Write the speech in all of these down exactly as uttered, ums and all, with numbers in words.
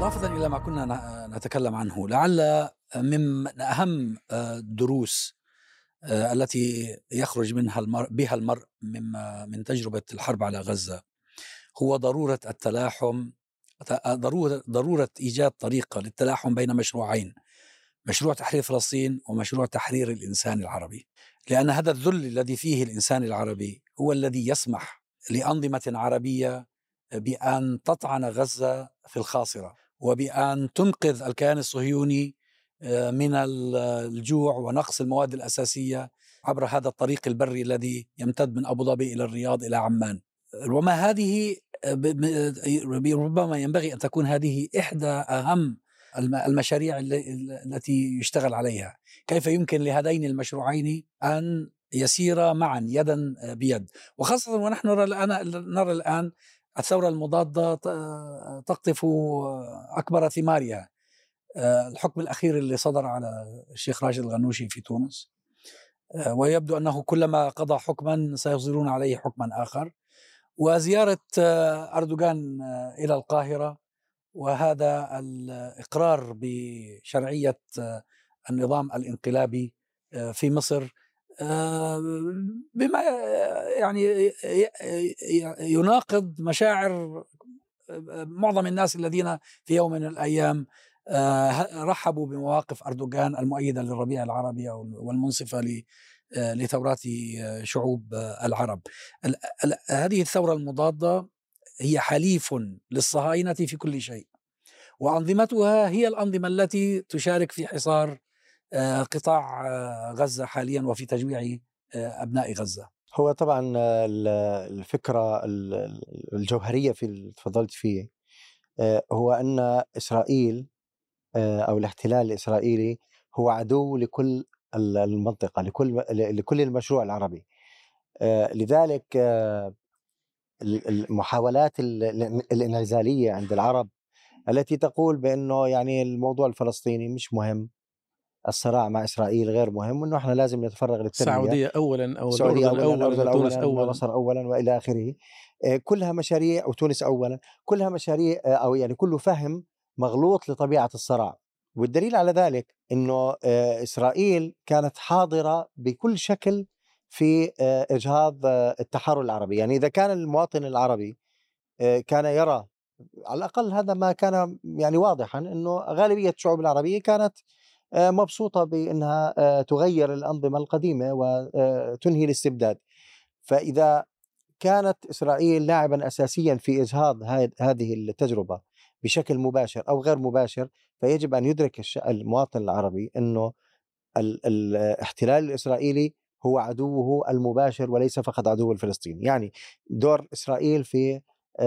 إضافة إلى ما كنا نتكلم عنه، لعل من أهم الدروس التي يخرج منها المرء بها المرء مما من تجربة الحرب على غزة هو ضرورة التلاحم، ضرورة ضرورة إيجاد طريقة للتلاحم بين مشروعين، مشروع تحرير فلسطين ومشروع تحرير الإنسان العربي، لأن هذا الذل الذي فيه الإنسان العربي هو الذي يسمح لأنظمة عربية بأن تطعن غزة في الخاصرة وبأن تنقذ الكيان الصهيوني من الجوع ونقص المواد الأساسية عبر هذا الطريق البري الذي يمتد من أبو ظبي إلى الرياض إلى عمان. وما هذه ربما ينبغي أن تكون هذه إحدى أهم المشاريع التي يشتغل عليها. كيف يمكن لهذين المشروعين أن يسيرا معا يدا بيد، وخاصة ونحن نرى الآن نرى الآن الثورة المضادة تقطف أكبر ثمارها. الحكم الأخير اللي صدر على الشيخ راشد الغنوشي في تونس، ويبدو أنه كلما قضى حكما سيصدرون عليه حكما آخر، وزيارة أردوغان إلى القاهرة، وهذا الإقرار بشرعية النظام الانقلابي في مصر بما يعني يناقض مشاعر معظم الناس الذين في يوم من الأيام رحبوا بمواقف أردوغان المؤيدة للربيع العربي والمنصفة لثورات شعوب العرب. هذه الثورة المضادة هي حليف للصهاينة في كل شيء، وأنظمتها هي الأنظمة التي تشارك في حصار قطاع غزة حاليا وفي تجويع أبناء غزة. هو طبعا الفكرة الجوهرية في اللي تفضلت فيه هو أن إسرائيل أو الاحتلال الإسرائيلي هو عدو لكل المنطقة، لكل لكل المشروع العربي. لذلك المحاولات الانعزالية عند العرب التي تقول بأنه يعني الموضوع الفلسطيني مش مهم، الصراع مع إسرائيل غير مهم، وأنه إحنا لازم نتفرغ للتنمية، السعودية أولا أو السعودية الأردن أولا، أولا، الأردن تونس أولا، أولا، مصر أولا وإلى آخره. كلها مشاريع، وتونس أولا، كلها مشاريع أو يعني كله فهم مغلوط لطبيعة الصراع. والدليل على ذلك أنه إسرائيل كانت حاضرة بكل شكل في إجهاض التحرر العربي. يعني إذا كان المواطن العربي كان يرى، على الأقل هذا ما كان يعني واضحا، أنه غالبية الشعوب العربية كانت مبسوطة بأنها تغير الأنظمة القديمة وتنهي الاستبداد. فإذا كانت إسرائيل لاعبا أساسيا في إجهاض هذه التجربة بشكل مباشر أو غير مباشر، فيجب أن يدرك المواطن العربي أنه الاحتلال الإسرائيلي هو عدوه المباشر وليس فقط عدو الفلسطيني. يعني دور إسرائيل في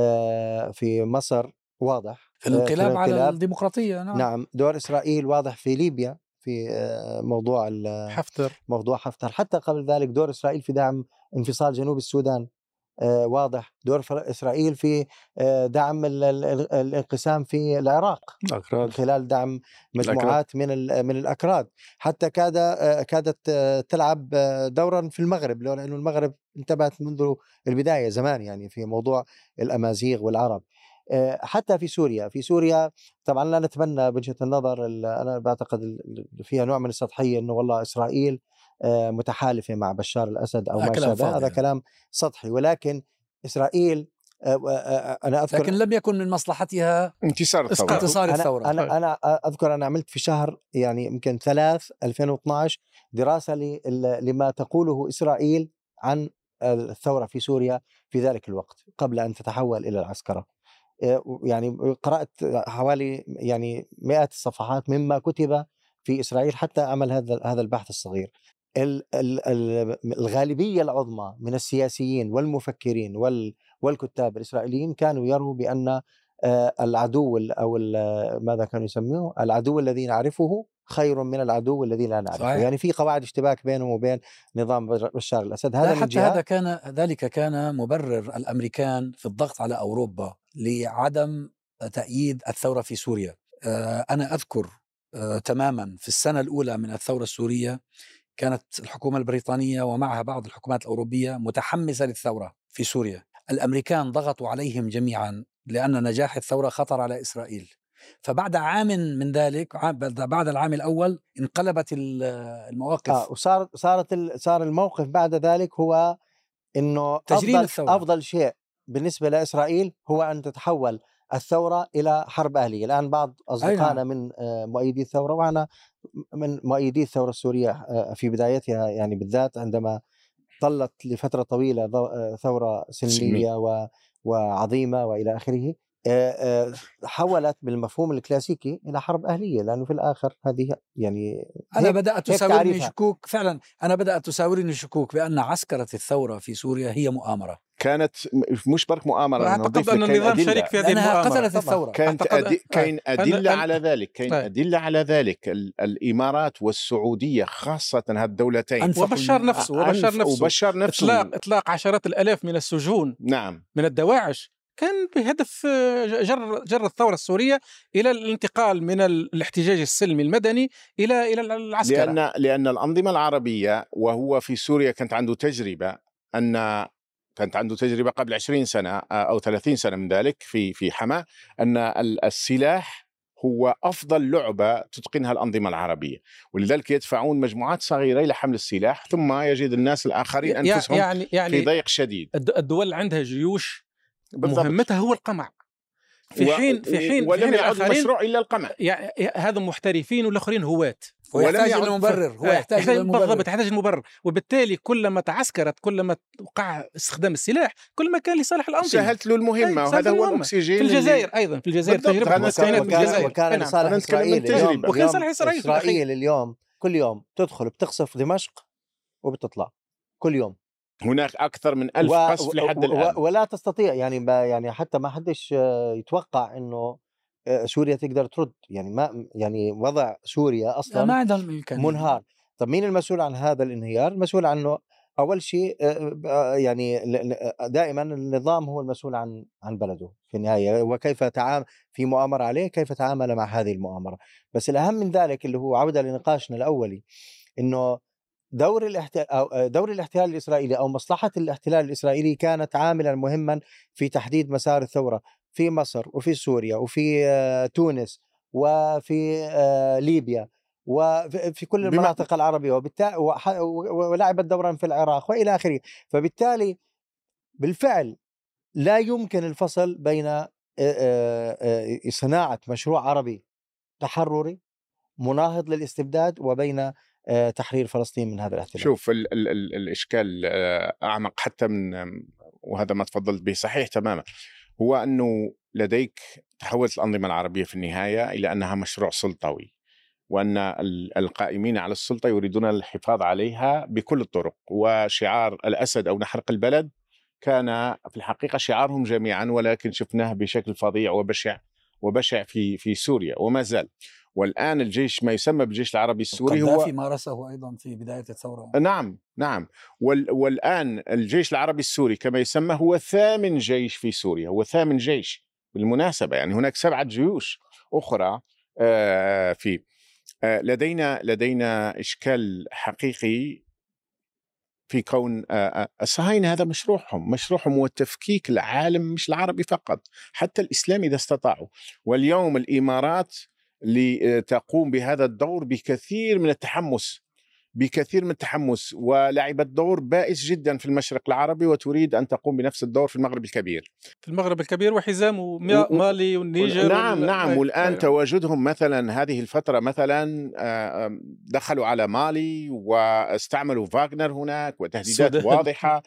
في مصر واضح، في الانقلاب على الديمقراطية. نعم. نعم، دور إسرائيل واضح في ليبيا في موضوع حفتر موضوع حفتر. حتى قبل ذلك دور إسرائيل في دعم انفصال جنوب السودان واضح. دور إسرائيل في دعم الانقسام في العراق من خلال دعم مجموعات من من الأكراد. حتى كاد كادت تلعب دورا في المغرب، لأن المغرب انتبهت منذ البداية زمان يعني في موضوع الأمازيغ والعرب. حتى في سوريا في سوريا طبعا لا نتبنى بوجهة النظر، أنا بعتقد فيها نوع من السطحية، أنه والله إسرائيل متحالفة مع بشار الأسد أو ما شابه. هذا كلام سطحي. ولكن إسرائيل أنا أذكر، لكن لم يكن من مصلحتها انتصار الثورة. انتصار الثورة. أنا, أنا, أنا أذكر أنا عملت في شهر يعني يمكن ثلاث ألفين واثني عشر دراسة لما تقوله إسرائيل عن الثورة في سوريا في ذلك الوقت قبل أن تتحول إلى العسكرة. يعني قرأت حوالي يعني مئات الصفحات مما كتب في إسرائيل حتى أعمل هذا هذا البحث الصغير. الغالبية العظمى من السياسيين والمفكرين والكتاب الإسرائيليين كانوا يروا بأن العدو أو ماذا كانوا يسموه العدو الذي نعرفه خير من العدو الذي لا نعرفه. صحيح. يعني في قواعد اشتباك بينهم وبين نظام بشار الأسد. هذا لا، حتى هذا كان ذلك كان مبرر الأمريكان في الضغط على أوروبا لعدم تأييد الثورة في سوريا. أنا أذكر تماما في السنة الأولى من الثورة السورية كانت الحكومة البريطانية ومعها بعض الحكومات الأوروبية متحمسة للثورة في سوريا. الأمريكان ضغطوا عليهم جميعا لأن نجاح الثورة خطر على إسرائيل، فبعد عام من ذلك، بعد العام الأول انقلبت المواقف. آه وصارت صارت صار الموقف بعد ذلك هو إنه تجريم أفضل الثورة. أفضل شيء بالنسبة لإسرائيل هو أن تتحول الثورة إلى حرب أهلية. الآن بعض أصدقائنا من مؤيدي الثورة، وأنا من مؤيدي الثورة السورية في بدايتها، يعني بالذات عندما ظلت لفترة طويلة ثورة سلمية و... وعظيمة وإلى آخره، حولت بالمفهوم الكلاسيكي إلى حرب أهلية، لأنه في الآخر هذه يعني أنا بدأت تساورني شكوك، فعلا أنا بدأت تساورني شكوك بأن عسكرة الثورة في سوريا هي مؤامرة. كانت مش برك مؤامرة، أعتقد أن النظام شريك في هذه المؤامرة، قتلت الثورة. كانت أدي... كاين أدلة على ذلك، كاين أدلة على ذلك. ال... الإمارات والسعودية خاصة هذه الدولتين، وبشار نفسه وبشار نفسه وبشار نفسه إطلاق إطلاق عشرات الآلاف من السجون، نعم، من الدواعش، كان بهدف جر جر الثورة السورية إلى الانتقال من الاحتجاج السلمي المدني إلى إلى العسكرة. لأن لأن الأنظمة العربية، وهو في سوريا كانت عنده تجربة، أن كانت عنده تجربة قبل عشرين سنة أو ثلاثين سنة من ذلك في في حما، أن السلاح هو أفضل لعبة تتقنها الأنظمة العربية، ولذلك يدفعون مجموعات صغيرة إلى حمل السلاح، ثم يجد الناس الآخرين أنفسهم يعني يعني في ضيق شديد. الدول عندها جيوش بالضبط. مهمتها هو القمع، في حين في حين ولم يعد المشروع مشروع إلا القمع. يعني هذا محترفين والآخرين هواة، ويحتاج المبرر، هو يحتاج المبرر. بالضبط، يحتاج المبرر. وبالتالي كلما تعسكرت، كلما وقع استخدام السلاح، كل ما كان لصالح الأنظمة، سهلت له المهمة. وهذا هو الأكسجين في الجزائر اللي... أيضا في الجزائر تجربة وكان, وكان, وكان لصالح إسرائيل اليوم. وكان لصالح إسرائيل, إسرائيل اليوم كل يوم تدخل بتقصف دمشق وبتطلع كل يوم. هناك أكثر من ألف قصف لحد الآن، ولا تستطيع يعني يعني حتى ما حدش يتوقع إنه سوريا تقدر ترد. يعني ما يعني وضع سوريا أصلا ما عندهم منهار. طب مين المسؤول عن هذا الانهيار؟ المسؤول عنه أول شيء يعني دائما النظام هو المسؤول عن عن بلده في النهاية، وكيف تعامل في مؤامرة عليه، كيف تعامل مع هذه المؤامرة. بس الأهم من ذلك اللي هو عودة لنقاشنا الأولي، إنه دور الاحتلال أو دور الاحتلال الإسرائيلي أو مصلحة الاحتلال الإسرائيلي كانت عاملا مهما في تحديد مسار الثورة في مصر وفي سوريا وفي تونس وفي ليبيا وفي كل المناطق العربية، وبالتالي ولعبت دورا في العراق وإلى آخره. فبالتالي بالفعل لا يمكن الفصل بين صناعة مشروع عربي تحرري مناهض للاستبداد وبين تحرير فلسطين من هذا الاحتلال. شوف ال ال ال الإشكال أعمق حتى من، وهذا ما تفضلت به صحيح تماما، هو أنه لديك تحولت الأنظمة العربية في النهاية إلى أنها مشروع سلطوي، وأن القائمين على السلطة يريدون الحفاظ عليها بكل الطرق. وشعار الأسد أو نحرق البلد كان في الحقيقة شعارهم جميعا، ولكن شفناه بشكل فظيع وبشع وبشع في في سوريا وما زال. والآن الجيش ما يسمى بالجيش العربي السوري هو القذافي مارسه أيضا في بداية الثورة. نعم نعم وال والآن الجيش العربي السوري كما يسمى هو ثامن جيش في سوريا، هو ثامن جيش بالمناسبة. يعني هناك سبعة جيوش أخرى آه في آه لدينا لدينا إشكال حقيقي في كون الصهاينة هذا مشروعهم، مشروعهم هو تفكيك العالم، مش العربي فقط، حتى الإسلامي إذا استطاعوا. واليوم الإمارات لتقوم بهذا الدور بكثير من التحمس بكثير من التحمس ولعبت دور بائس جدا في المشرق العربي، وتريد أن تقوم بنفس الدور في المغرب الكبير في المغرب الكبير وحزام مالي والنيجر. نعم نعم والآن تواجدهم مثلا هذه الفترة مثلا دخلوا على مالي واستعملوا فاغنر هناك، وتهديدات واضحة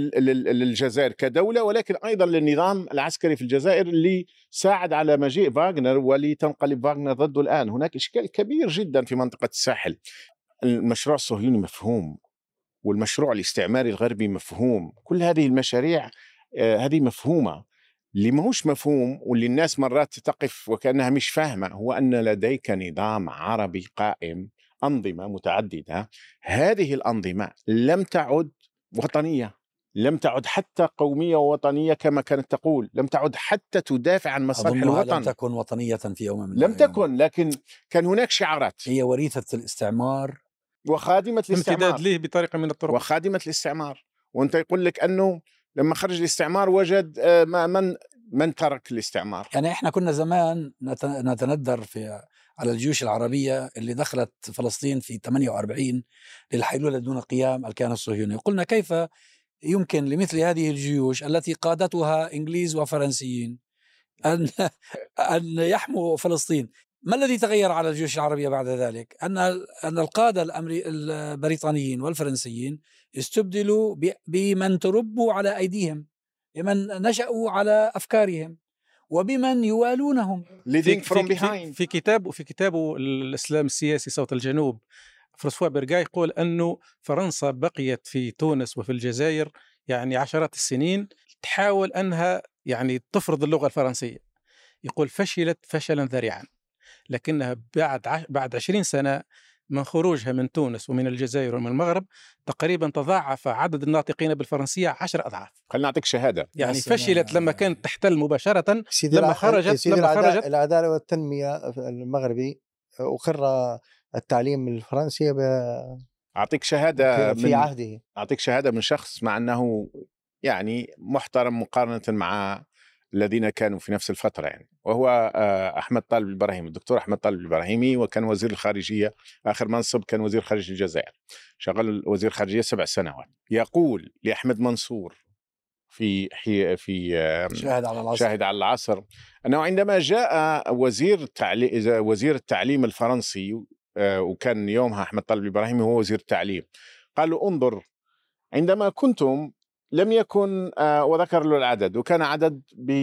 للجزائر كدولة، ولكن أيضا للنظام العسكري في الجزائر اللي ساعد على مجيء فاغنر ولتنقلب فاغنر ضده. الآن هناك إشكال كبير جدا في منطقة الساحل. المشروع الصهيوني مفهوم، والمشروع الاستعماري الغربي مفهوم، كل هذه المشاريع آه هذه مفهومة. اللي ماهوش مفهوم واللي الناس مرات تقف وكأنها مش فاهمة هو أن لديك نظام عربي قائم، أنظمة متعددة، هذه الأنظمة لم تعد وطنية، لم تعد حتى قومية ووطنية كما كانت تقول، لم تعد حتى تدافع عن مصالح الوطن. لم تكن وطنية في يوم من لم تكن، لكن كان هناك شعارات. هي وريثة الاستعمار وخادمة الاستعمار، امتداد له بطريقة من الطرق، وخادمة الاستعمار. وانت يقول لك أنه لما خرج الاستعمار وجد من من ترك الاستعمار. يعني إحنا كنا زمان نتندر في على الجيوش العربية اللي دخلت فلسطين في ثمانية وأربعين للحيلولة دون قيام الكيان الصهيوني، قلنا كيف يمكن لمثل هذه الجيوش التي قادتها إنجليز وفرنسيين أن أن يحموا فلسطين. ما الذي تغير على الجيوش العربية بعد ذلك؟ أن أن القادة الأمري البريطانيين والفرنسيين استبدلوا بمن تربوا على أيديهم، بمن نشأوا على أفكارهم، وبمن يوالونهم. في, في, في, في كتاب في كتابه الإسلام السياسي صوت الجنوب، فرانسوا بيرغا يقول أنه فرنسا بقيت في تونس وفي الجزائر يعني عشرات السنين تحاول أنها يعني تفرض اللغة الفرنسية. يقول فشلت فشلا ذريعا، لكنها بعد بعد عشرين سنة من خروجها من تونس ومن الجزائر ومن المغرب تقريبا تضاعف عدد الناطقين بالفرنسية عشر أضعاف. خلينا نعطيك شهادة. يعني فشلت لما كانت تحتل مباشرة، لما خرجت لما خرجت العدالة والتنمية المغربي أقر التعليم الفرنسي ب... أعطيك شهادة في عهده. أعطيك شهادة من شخص مع أنه يعني محترم مقارنة مع الذين كانوا في نفس الفترة يعني، وهو أحمد طالب البراهيمي، الدكتور أحمد طالب البراهيمي، وكان وزير الخارجية. آخر منصب كان وزير خارجية الجزائر، شغل وزير خارجية سبع سنوات. يقول لأحمد منصور في في شاهد على العصر, شاهد على العصر أنه عندما جاء وزير التعليم وزير التعليم الفرنسي، وكان يومها أحمد طالب البراهيمي هو وزير التعليم، قال له انظر عندما كنتم لم يكن آه وذكر له العدد، وكان عدد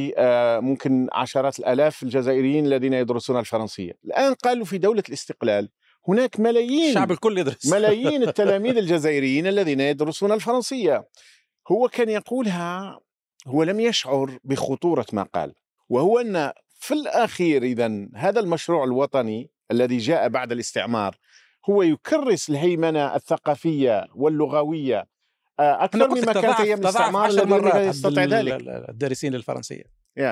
ممكن عشرات الآلاف الجزائريين الذين يدرسون الفرنسية. الآن قالوا في دولة الاستقلال هناك ملايين، الشعب الكل يدرس ملايين التلاميذ الجزائريين الذين يدرسون الفرنسية. هو كان يقولها، هو لم يشعر بخطورة ما قال، وهو أن في الأخير إذن هذا المشروع الوطني الذي جاء بعد الاستعمار هو يكرس الهيمنة الثقافية واللغوية أكثر مما كانت أيام الاستعمار الذي لا يستطيع ذلك الدارسين للفرنسية.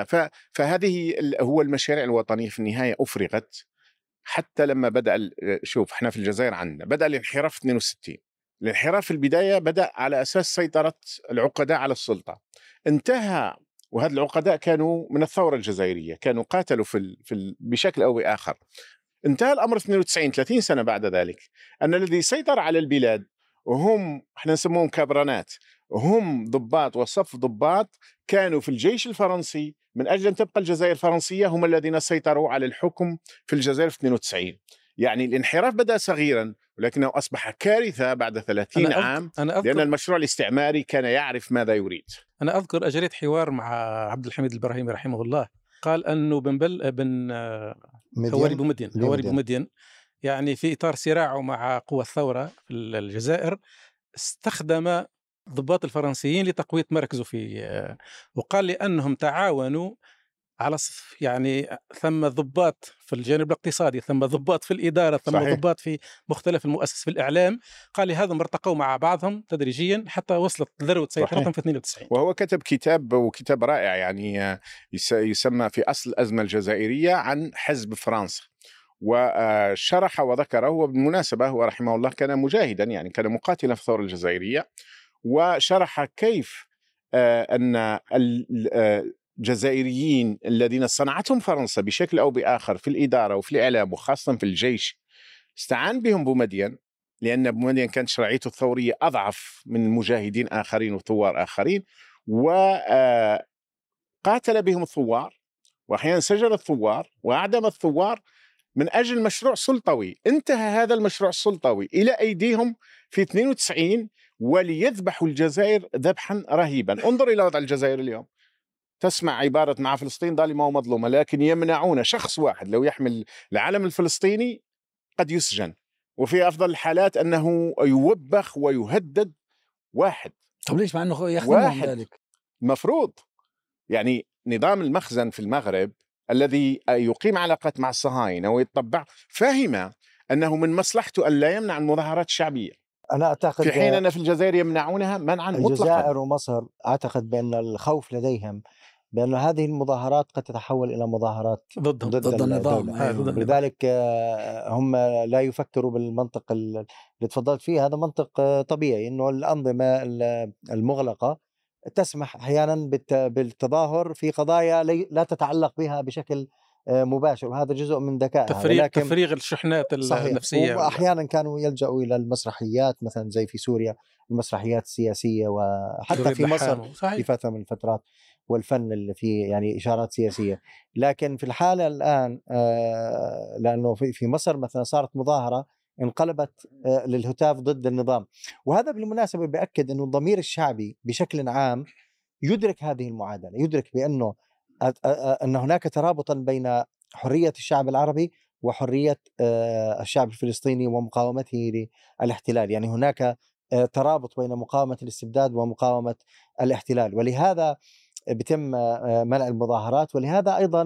فهذه هو المشاريع الوطنية في النهاية أفرغت. حتى لما بدأ، شوف احنا في الجزائر عندنا بدأ الانحراف في اثنين وستين. الانحراف في البداية بدأ على أساس سيطرة العقداء على السلطة، انتهى، وهذه العقداء كانوا من الثورة الجزائرية، كانوا قاتلوا في, ال... في ال... بشكل أو بآخر. انتهى الأمر في اثنين وتسعين، ثلاثين سنة بعد ذلك، أن الذي سيطر على البلاد وهم احنا نسموهم كابرانات، هم ضباط وصف ضباط كانوا في الجيش الفرنسي من أجل أن تبقى الجزائر فرنسية، هم الذين سيطروا على الحكم في الجزائر في اثنين وتسعين. يعني الانحراف بدأ صغيرا ولكنه أصبح كارثة بعد ثلاثين أنا عام أنا لأن المشروع الاستعماري كان يعرف ماذا يريد. أنا أذكر أجريت حوار مع عبد الحميد البراهيمي رحمه الله، قال أنه بن بل بن هواري بومدين هواري بومدين يعني في إطار صراعه مع قوى الثورة في الجزائر استخدم ضباط الفرنسيين لتقوية مركزه في، وقال لي أنهم تعاونوا على يعني ثم ضباط في الجانب الاقتصادي، ثم ضباط في الإدارة، ثم صحيح. ضباط في مختلف المؤسسات في الإعلام. قال لي هذا ارتقوا مع بعضهم تدريجيا حتى وصلت ذروة سيطرتهم في اثنين وتسعين. وهو كتب كتاب، وكتاب رائع يعني يسمى في أصل الأزمة الجزائرية عن حزب فرنسا، وشرح وذكره. وبالمناسبة هو رحمه الله كان مجاهدا، يعني كان مقاتلا في الثورة الجزائرية، وشرح كيف أن الجزائريين الذين صنعتهم فرنسا بشكل أو بآخر في الإدارة وفي الإعلام وخاصة في الجيش استعان بهم بومدين، لأن بومدين كانت شرعيته الثورية أضعف من مجاهدين آخرين وثوار آخرين، وقاتل بهم الثوار، وأحيانا سجل الثوار وأعدم الثوار من أجل مشروع سلطوي. انتهى هذا المشروع السلطوي إلى أيديهم في اثنين وتسعين وليذبحوا الجزائر ذبحا رهيبا. انظر إلى وضع الجزائر اليوم، تسمع عبارة مع فلسطين ظالمة ومظلومة، لكن يمنعون شخص واحد لو يحمل العلم الفلسطيني قد يسجن، وفي أفضل الحالات أنه يوبخ ويهدد واحد. طب ليش مع أنه يخدمهم ذلك؟ مفروض يعني نظام المخزن في المغرب الذي يقيم علاقات مع الصهاينة ويتطبع فاهم أنه من مصلحته أن لا يمنع المظاهرات الشعبية، أنا أعتقد في حين أن في الجزائر يمنعونها منعا مطلقا. الجزائر ومصر أعتقد بأن الخوف لديهم بأن هذه المظاهرات قد تتحول إلى مظاهرات ضد, ضد, ضد النظام. أيوة. لذلك هم لا يفكروا بالمنطق اللي تفضلت فيه، هذا منطق طبيعي، إنه الأنظمة المغلقة تسمح أحيانا بالتظاهر في قضايا لا تتعلق بها بشكل مباشر، وهذا جزء من ذكائها. تفريغ تفريغ الشحنات النفسية. وأحيانا كانوا يلجأوا إلى المسرحيات مثلا زي في سوريا المسرحيات السياسية، وحتى في مصر في فترة من الفترات، والفن اللي فيه يعني إشارات سياسية. لكن في الحالة الآن لأنه في مصر مثلا صارت مظاهرة انقلبت للهتاف ضد النظام، وهذا بالمناسبة بيأكد أنه الضمير الشعبي بشكل عام يدرك هذه المعادلة، يدرك بأنه أن هناك ترابطا بين حرية الشعب العربي وحرية الشعب الفلسطيني ومقاومته للاحتلال. يعني هناك ترابط بين مقاومة الاستبداد ومقاومة الاحتلال، ولهذا بتم منع المظاهرات. ولهذا أيضا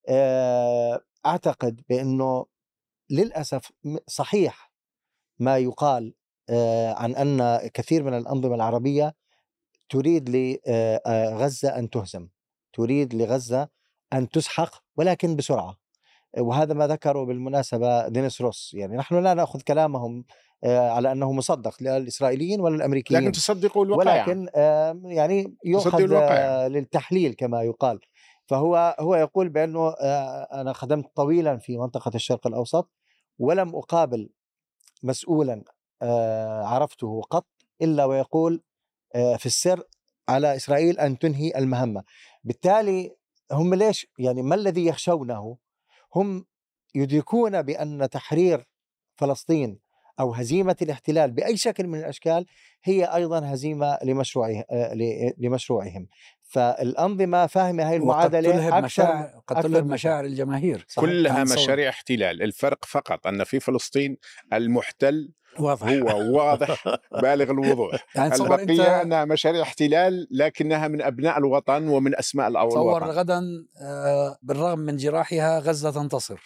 أعتقد بأنه للأسف صحيح ما يقال عن أن كثير من الأنظمة العربية تريد لغزة أن تهزم، تريد لغزة أن تسحق، ولكن بسرعة. وهذا ما ذكره بالمناسبة دينيس روس. يعني نحن لا نأخذ كلامهم على أنه مصدق للإسرائيليين ولا الأمريكيين، لكن تصدقوا الواقع، ولكن يعني يؤخذ للتحليل كما يقال. فهو هو يقول بأنه أنا خدمت طويلا في منطقة الشرق الأوسط ولم أقابل مسؤولا عرفته قط إلا ويقول في السر على إسرائيل أن تنهي المهمة. بالتالي هم ليش يعني ما الذي يخشونه؟ هم يدركون بأن تحرير فلسطين أو هزيمة الاحتلال بأي شكل من الأشكال هي أيضا هزيمة لمشروعه لمشروعهم. فالأنظمة فاهمة هاي المعادلة. وقد تلهب مشاعر قد تلهب مشاعر الجماهير، كلها مشاريع احتلال. الفرق فقط أن في فلسطين المحتل واضح. هو واضح بالغ الوضوح. يعني البقية أنها مشاريع احتلال لكنها من أبناء الوطن ومن أسماء الوطن. تصور غدا بالرغم من جراحها غزة تنتصر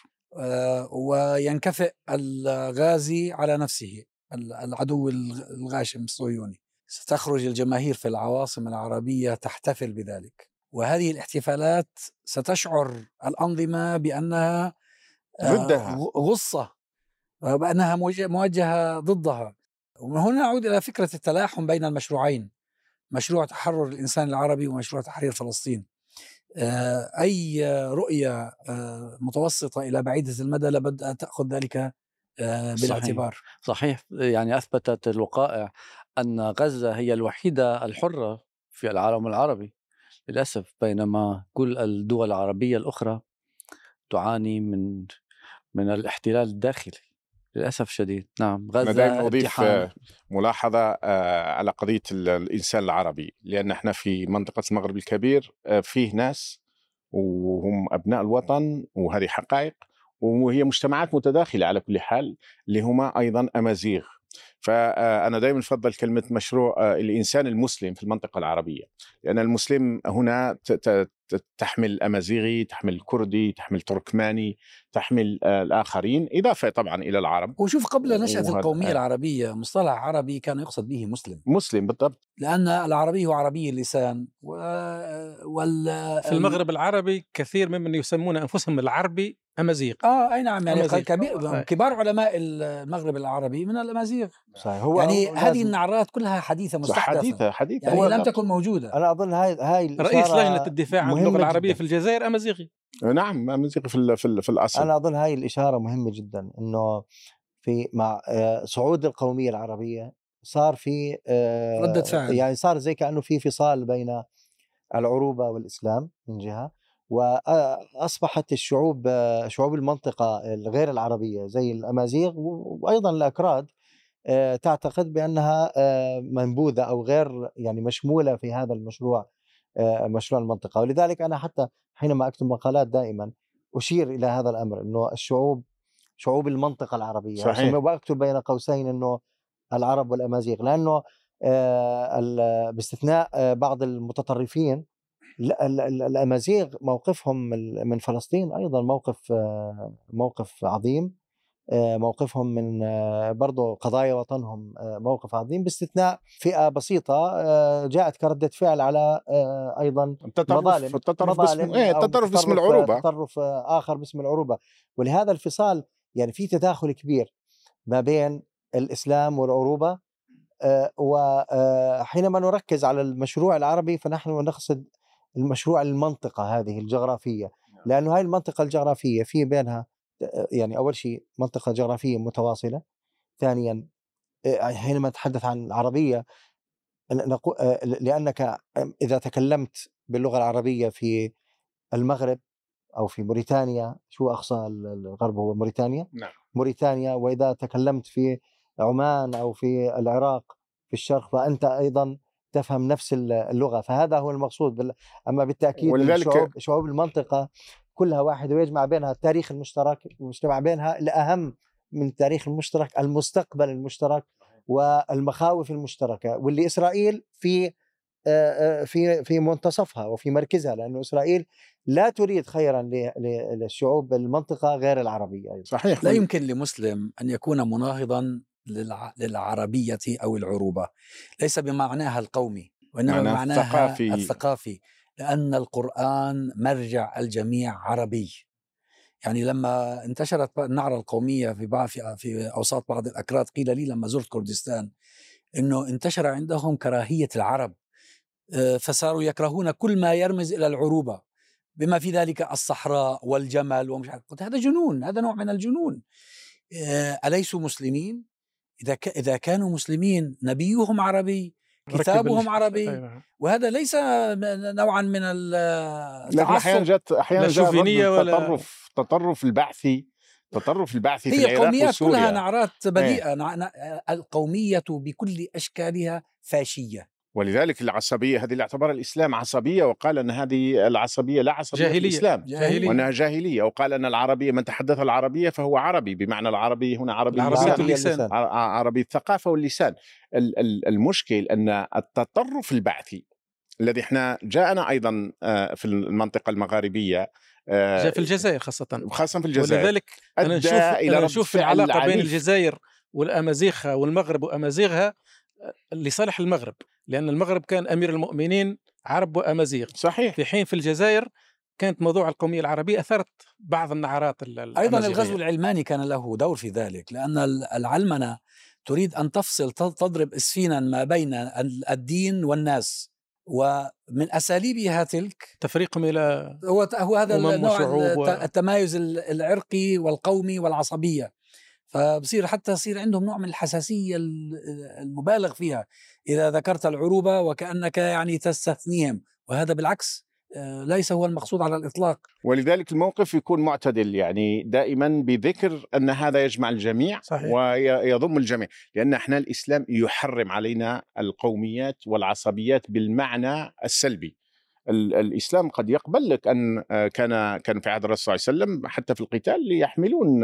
وينكفئ الغازي على نفسه العدو الغاشم الصهيوني، ستخرج الجماهير في العواصم العربية تحتفل بذلك، وهذه الاحتفالات ستشعر الأنظمة بأنها ضدها، غصة، بأنها موجهة ضدها. ومن هنا نعود إلى فكرة التلاحم بين المشروعين، مشروع تحرر الإنسان العربي ومشروع تحرير فلسطين. أي رؤية متوسطة إلى بعيدة المدى لابد أن تأخذ ذلك بالاعتبار. صحيح. يعني أثبتت الوقائع أن غزة هي الوحيدة الحرة في العالم العربي للأسف، بينما كل الدول العربية الأخرى تعاني من من الاحتلال الداخلي للأسف شديد. نعم، غزة. أنا دائما أضيف ملاحظة على قضية الإنسان العربي، لأن احنا في منطقة المغرب الكبير فيه ناس وهم أبناء الوطن، وهذه حقائق، وهي مجتمعات متداخلة على كل حال، اللي هما أيضا أمازيغ. فأنا دائما أفضل كلمة مشروع الإنسان المسلم في المنطقة العربية، لأن المسلم هنا تحمل الأمازيغي، تحمل الكردي، تحمل التركماني، تحمل الآخرين، إضافة طبعا إلى العرب. وشوف قبل نشأة القومية العربية مصطلح عربي كان يقصد به مسلم. مسلم بالضبط، لأن العربي هو عربي اللسان و... وال... في المغرب العربي كثير ممن يسمون أنفسهم العربي أمازيغ. آه أي نعم، يعني كبير... كبار علماء المغرب العربي من الأمازيغ. صحيح. هو يعني هذه النعرات كلها حديثة مستحدثة، حديثة حديثة يعني لم تكن موجودة. أنا أظن هاي هاي رئيس لجنة الدفاع عن اللغة العربية جداً في الجزائر أمازيغي. نعم، أمازيغي في في, في الأصل. أنا أظن هاي الإشارة مهمة جدا، إنه في مع صعود القومية العربية صار في ردة فعل، يعني صار زي كأنه في فصال بين العروبة والإسلام من جهة، وأصبحت الشعوب شعوب المنطقة الغير العربية زي الأمازيغ وأيضا الأكراد تعتقد بأنها منبوذة أو غير يعني مشمولة في هذا المشروع، مشروع المنطقة. ولذلك أنا حتى حينما أكتب مقالات دائما أشير إلى هذا الأمر، أنه الشعوب شعوب المنطقة العربية، صحيح. وأكتب بين قوسين أنه العرب والأمازيغ، لأنه باستثناء بعض المتطرفين الأمازيغ موقفهم من فلسطين أيضا موقف موقف عظيم، موقفهم من برضو قضايا وطنهم موقف عظيم، باستثناء فئة بسيطة جاءت كردة فعل على أيضا مظالم، التطرف باسم إيه التطرف باسم العروبة، تطرف آخر باسم العروبة. ولهذا الفصال يعني في تداخل كبير ما بين الإسلام والعروبة وحينما نركز على المشروع العربي فنحن نقصد المشروع المنطقة هذه الجغرافية، لأنه هاي المنطقة الجغرافية في بينها يعني أول شيء منطقة جغرافية متواصلة، ثانيا حينما نتحدث عن العربية لأنك إذا تكلمت باللغة العربية في المغرب أو في موريتانيا، شو أقصى الغرب هو موريتانيا؟ نعم. موريتانيا، وإذا تكلمت في عمان أو في العراق في الشرق فأنت أيضا تفهم نفس اللغة، فهذا هو المقصود بال... أما بالتأكيد ولذلك الشعوب شعوب المنطقة كلها واحدة ويجمع بينها التاريخ المشترك، ويجمع بينها الأهم من التاريخ المشترك المستقبل المشترك والمخاوف المشتركة، واللي إسرائيل في في في منتصفها وفي مركزها، لأنه إسرائيل لا تريد خيرا للشعوب المنطقة غير العربية. صحيح. لا يمكن لمسلم أن يكون مناهضا للعربية أو العروبة، ليس بمعناها القومي وإنما بمعناها الثقافي. الثقافي، لأن القرآن مرجع الجميع عربي. يعني لما انتشرت النعرة القومية في بعض في أوساط بعض الأكراد، قيل لي لما زرت كردستان إنه انتشر عندهم كراهية العرب، فصاروا يكرهون كل ما يرمز إلى العروبة بما في ذلك الصحراء والجمل ومش عارف. هذا جنون، هذا نوع من الجنون. أليسوا مسلمين؟ إذا إذا كانوا مسلمين نبيهم عربي، كتابهم عربي، وهذا ليس نوعا من التعصب. أحيانا جت أحيانا جت تطرف تطرف البعثي تطرف البعثي في العراق وسوريا. هي القوميات كلها نعرات بديئة. ايه. القومية بكل أشكالها فاشية، ولذلك العصبية هذه اللي اعتبرها الإسلام عصبية، وقال أن هذه العصبية لا عصبية جاهلية. في الإسلام، جاهلية. وأنها جاهلية، وقال أن العربية من تحدث العربية فهو عربي، بمعنى العربي هنا عربي اللسان. اللسان. عربي الثقافة واللسان. المشكل أن التطرف البعثي الذي احنا جاءنا أيضا في المنطقة المغاربية، جاء في الجزائر خاصة خاصة في الجزائر، ولذلك أنا نشوف, أنا نشوف العلاقة بين الجزائر والأمازيغ والمغرب وأمازيغها لصالح المغرب، لأن المغرب كان أمير المؤمنين عرب وأمازيغ. صحيح. في حين في الجزائر كانت موضوع القومية العربية أثرت بعض النعرات. أيضا الغزو العلماني كان له دور في ذلك، لأن العلمنة تريد أن تفصل تضرب إسفينا ما بين الدين والناس، ومن أساليبها تلك تفريقهم إلى هو, هو هذا النوع التمايز العرقي والقومي والعصبية، فبصير حتى يصير عندهم نوع من الحساسية المبالغ فيها إذا ذكرت العروبة وكأنك يعني تستثنيهم، وهذا بالعكس ليس هو المقصود على الإطلاق. ولذلك الموقف يكون معتدل، يعني دائما بذكر أن هذا يجمع الجميع. صحيح. ويضم الجميع، لأن احنا الإسلام يحرم علينا القوميات والعصبيات بالمعنى السلبي. الإسلام قد يقبل لك أن كان كان في عهد الرسول صلى الله عليه وسلم حتى في القتال يحملون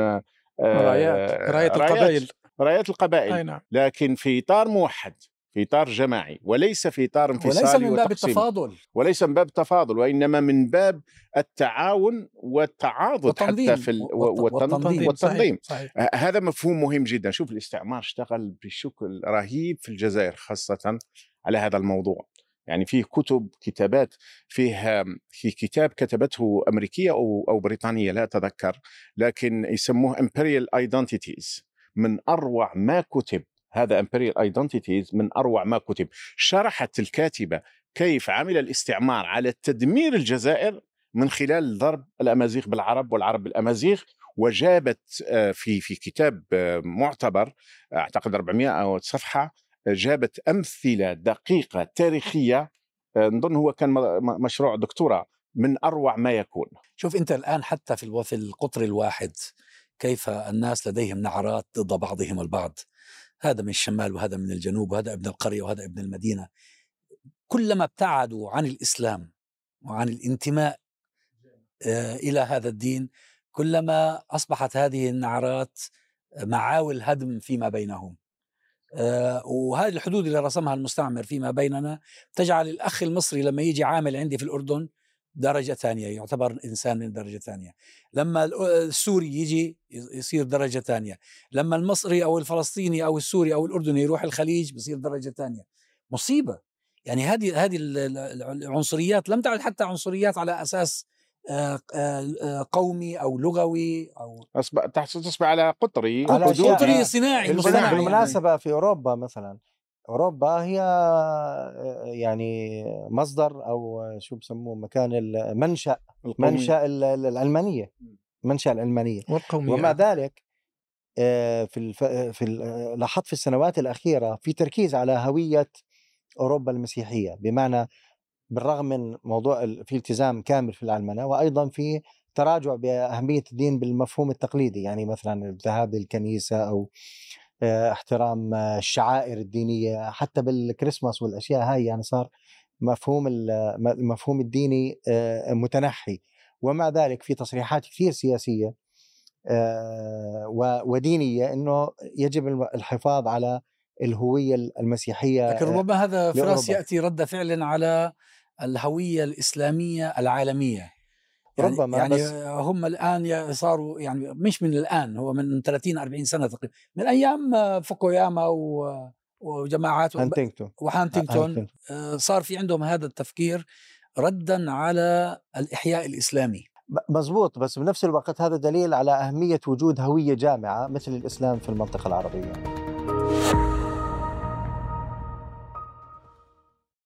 رايات رايات القبائل رايات القبائل أي نعم. لكن في إطار موحد، في إطار جماعي، وليس في إطار انفصالي وليس من باب التفاضل، وليس من باب التفاضل، وإنما من باب التعاون والتعاضد والتنظيم. حتى في ال... والتنظيم, والتنظيم. صحيح. صحيح. هذا مفهوم مهم جدا. شوف الإستعمار اشتغل بشكل رهيب في الجزائر خاصة على هذا الموضوع، يعني فيه كتب كتابات، فيه في كتاب كتبته أمريكية أو أو بريطانية لا أتذكر، لكن يسموه Imperial Identities، من أروع ما كتب. هذا Imperial Identities من أروع ما كتب. شرحت الكاتبة كيف عمل الاستعمار على تدمير الجزائر من خلال ضرب الأمازيغ بالعرب والعرب بالأمازيغ، وجابت في في كتاب معتبر أعتقد أربعمائة صفحة، جابت أمثلة دقيقة تاريخية، نظن هو كان مشروع دكتوراه، من أروع ما يكون. شوف أنت الآن حتى في في القطر الواحد كيف الناس لديهم نعرات ضد بعضهم البعض، هذا من الشمال وهذا من الجنوب وهذا ابن القرية وهذا ابن المدينة. كلما ابتعدوا عن الإسلام وعن الانتماء آه إلى هذا الدين، كلما أصبحت هذه النعرات معاول هدم فيما بينهم. آه وهذه الحدود اللي رسمها المستعمر فيما بيننا تجعل الأخ المصري لما يجي عامل عندي في الأردن درجة ثانية، يعتبر إنسان من درجة ثانية. لما السوري يجي يصير درجة ثانية. لما المصري أو الفلسطيني أو السوري أو الأردني يروح الخليج بصير درجة ثانية. مصيبة. يعني هذه هذه العنصريات لم تعد حتى عنصريات على أساس قومي أو لغوي أو أصبح تصبح على قطري على قطري صناعي. بالمناسبة في أوروبا مثلا أوروبا هي يعني مصدر أو شو بسموه مكان المنشأ القومية. منشأ العلمانية منشأ العلمانية والقومية. ومع ذلك في الف... في لاحظت في السنوات الأخيرة في تركيز على هوية أوروبا المسيحية، بمعنى بالرغم من موضوع في التزام كامل في العلمنة، وأيضا في تراجع بأهمية الدين بالمفهوم التقليدي، يعني مثلا الذهاب للكنيسة أو احترام الشعائر الدينية حتى بالكريسماس والأشياء هاي، يعني صار مفهوم المفهوم الديني متنحي. ومع ذلك في تصريحات كثير سياسية ودينية أنه يجب الحفاظ على الهوية المسيحية. لكن ربما هذا فراس يأتي رد فعل على الهوية الإسلامية العالمية. يعني ربما يعني بس هم الآن صاروا، يعني مش من الآن، هو من ثلاثين أربعين سنة تقريبا، من أيام فوكوياما وجماعات هانتينغتون وهانتينغتون صار في عندهم هذا التفكير ردا على الإحياء الإسلامي. مزبوط، بس بنفس الوقت هذا دليل على أهمية وجود هوية جامعة مثل الإسلام في المنطقة العربية.